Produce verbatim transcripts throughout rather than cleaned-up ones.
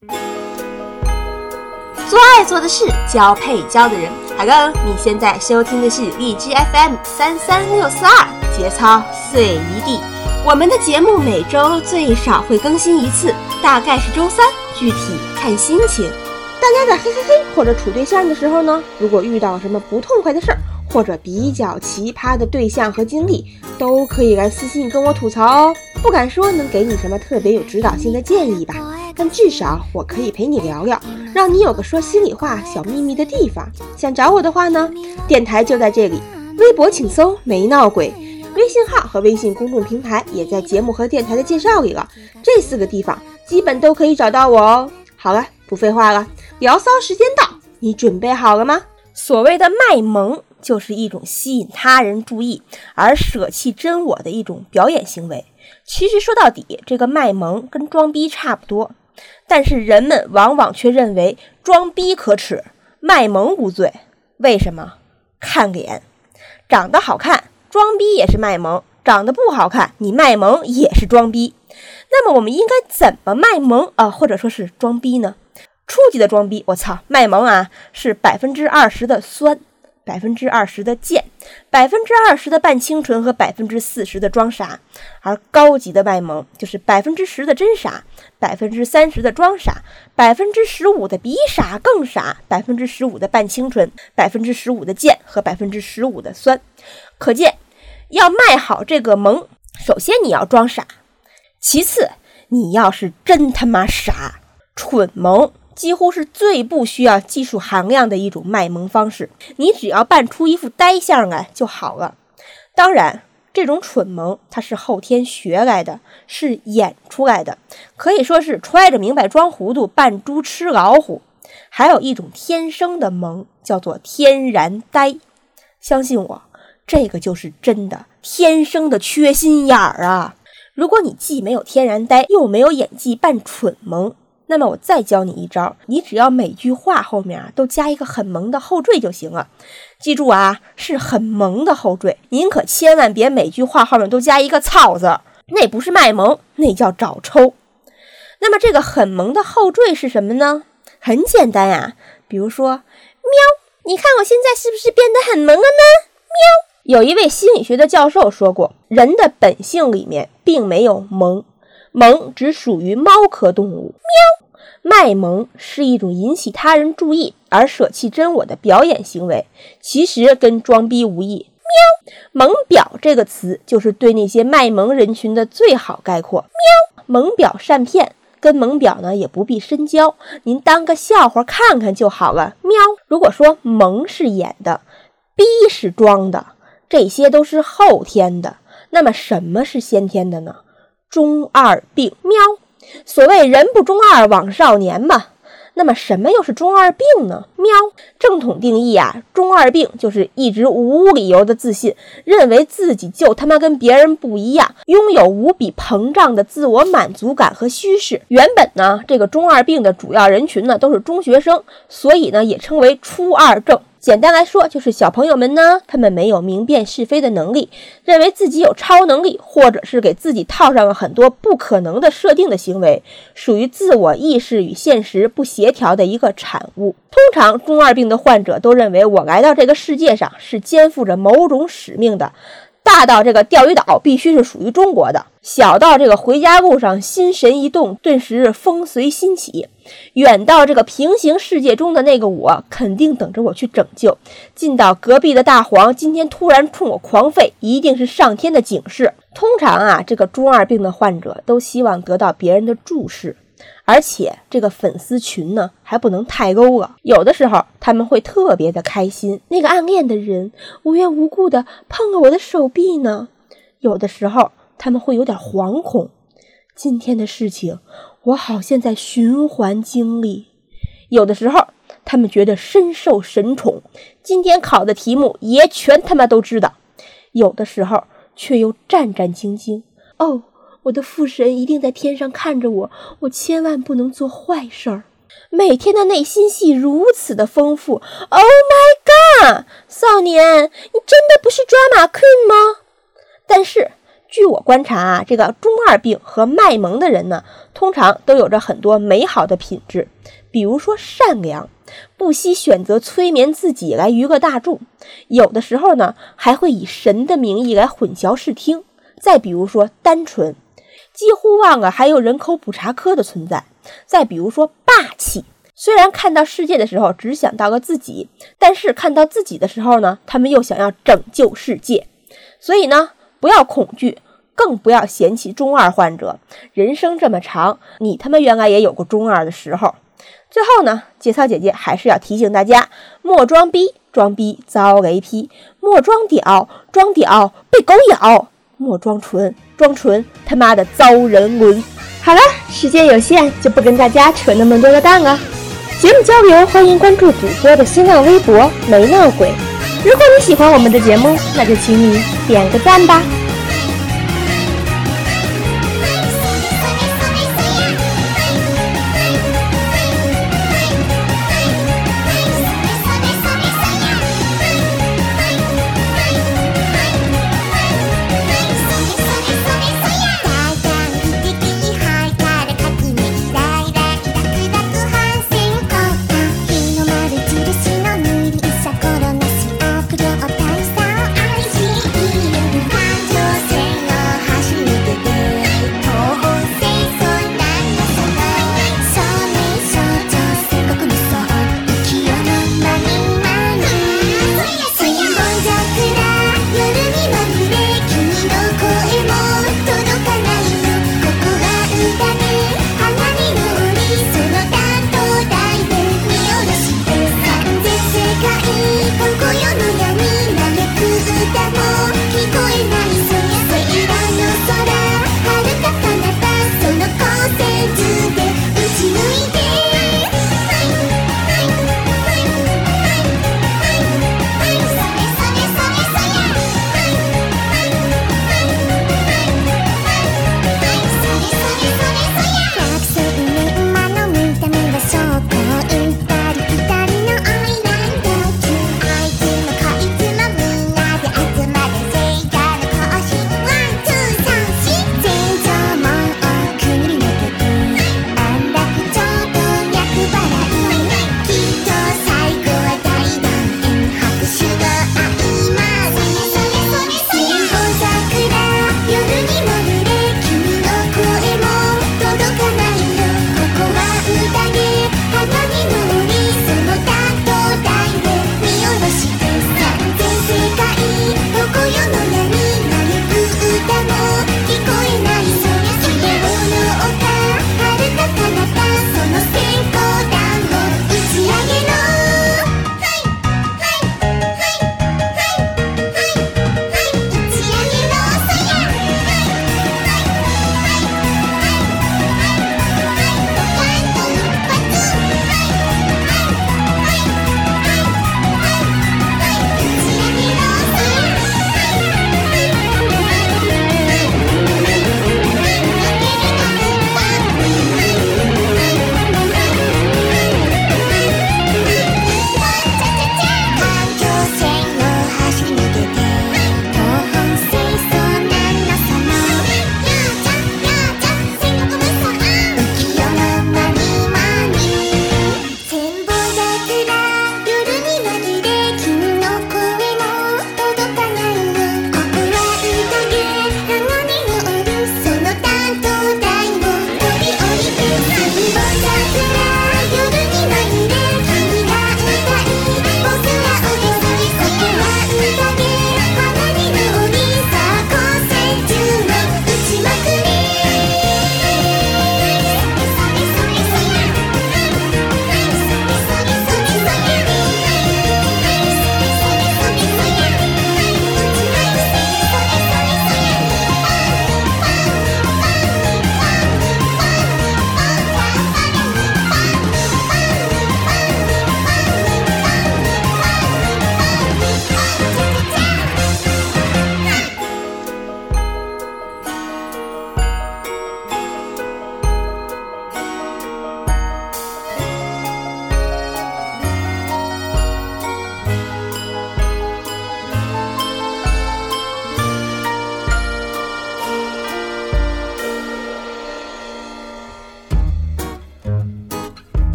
做爱做的事，交配交的人。Hello， 你现在收听的是荔枝 F M 三三六四二，节操碎一地。我们的节目每周最少会更新一次，大概是周三，具体看心情。大家在嘿嘿嘿或者处对象的时候呢，如果遇到什么不痛快的事儿，或者比较奇葩的对象和经历，都可以来私信跟我吐槽哦。不敢说能给你什么特别有指导性的建议吧，但至少我可以陪你聊聊，让你有个说心里话小秘密的地方。想找我的话呢，电台就在这里，微博请搜没闹鬼，微信号和微信公众平台也在节目和电台的介绍里了，这四个地方基本都可以找到我哦。好了，不废话了，聊骚时间到，你准备好了吗？所谓的卖萌，就是一种吸引他人注意而舍弃真我的一种表演行为。其实说到底，这个卖萌跟装逼差不多，但是人们往往却认为装逼可耻，卖萌无罪。为什么？看脸，长得好看装逼也是卖萌，长得不好看你卖萌也是装逼。那么我们应该怎么卖萌啊，或者说是装逼呢？初级的装逼，我操，卖萌啊是百分之二十的酸，百分之二十的贱，百分之二十的扮清纯和百分之四十的装傻。而高级的卖萌就是百分之十的真傻，百分之三十的装傻，百分之十五的比傻更傻，百分之十五的扮清纯，百分之十五的贱和百分之十五的酸。可见，要卖好这个萌，首先你要装傻，其次你要是真他妈傻。蠢萌几乎是最不需要技术含量的一种卖萌方式，你只要扮出一副呆相来就好了。当然，这种蠢萌它是后天学来的，是演出来的，可以说是揣着明白装糊涂，扮猪吃老虎。还有一种天生的萌，叫做天然呆。相信我，这个就是真的天生的缺心眼儿啊！如果你既没有天然呆，又没有演技扮蠢萌，那么我再教你一招，你只要每句话后面啊都加一个很萌的后缀就行了。记住啊，是很萌的后缀，您可千万别每句话后面都加一个操字，那不是卖萌，那叫找抽。那么这个很萌的后缀是什么呢？很简单呀、啊，比如说喵，你看我现在是不是变得很萌了呢？喵。有一位心理学的教授说过，人的本性里面并没有萌，萌只属于猫科动物。喵。卖萌是一种引起他人注意而舍弃真我的表演行为，其实跟装逼无异。喵，萌表这个词就是对那些卖萌人群的最好概括。喵，萌表善骗，跟萌表呢也不必深交，您当个笑话看看就好了。喵，如果说萌是演的，逼是装的，这些都是后天的，那么什么是先天的呢？中二病。喵，所谓人不中二枉少年嘛，那么什么又是中二病呢？喵，正统定义啊，中二病就是一直无理由的自信，认为自己就他妈跟别人不一样，拥有无比膨胀的自我满足感和虚势。原本呢，这个中二病的主要人群呢都是中学生，所以呢也称为初二症。简单来说，就是小朋友们呢，他们没有明辨是非的能力，认为自己有超能力，或者是给自己套上了很多不可能的设定的行为，属于自我意识与现实不协调的一个产物。通常中二病的患者都认为，我来到这个世界上是肩负着某种使命的，大到这个钓鱼岛必须是属于中国的，小到这个回家路上心神一动，顿时风随心起，远到这个平行世界中的那个我肯定等着我去拯救，近到隔壁的大黄今天突然冲我狂吠，一定是上天的警示。通常啊，这个中二病的患者都希望得到别人的注视，而且这个粉丝群呢还不能太 low 了，有的时候他们会特别的开心，那个暗恋的人无缘无故的碰了我的手臂呢，有的时候他们会有点惶恐，今天的事情我好像在循环经历，有的时候他们觉得深受神宠，今天考的题目爷全他妈都知道，有的时候却又战战兢兢，哦，我的父神一定在天上看着我，我千万不能做坏事儿。每天的内心戏如此的丰富 ，Oh my god， 少年，你真的不是 drama queen 吗？但是据我观察啊，这个中二病和卖萌的人呢，通常都有着很多美好的品质，比如说善良，不惜选择催眠自己来娱乐大众，有的时候呢，还会以神的名义来混淆视听。再比如说单纯，几乎忘了还有人口普查科的存在。再比如说霸气，虽然看到世界的时候只想到了自己，但是看到自己的时候呢，他们又想要拯救世界。所以呢，不要恐惧，更不要嫌弃中二患者，人生这么长，你他妈原来也有过中二的时候。最后呢，节操姐姐还是要提醒大家，莫装逼，装逼遭雷劈；莫装屌，装屌被狗咬；莫装纯，装纯他妈的遭人伦。好了，时间有限，就不跟大家扯那么多的蛋了。节目交流，欢迎关注主播的新浪微博没闹鬼。如果你喜欢我们的节目，那就请你点个赞吧。 感情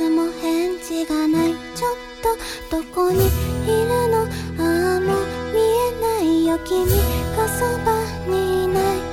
つも返事がない。ちょっとどこにいるの？ああもう見えないよ君がそばにいない。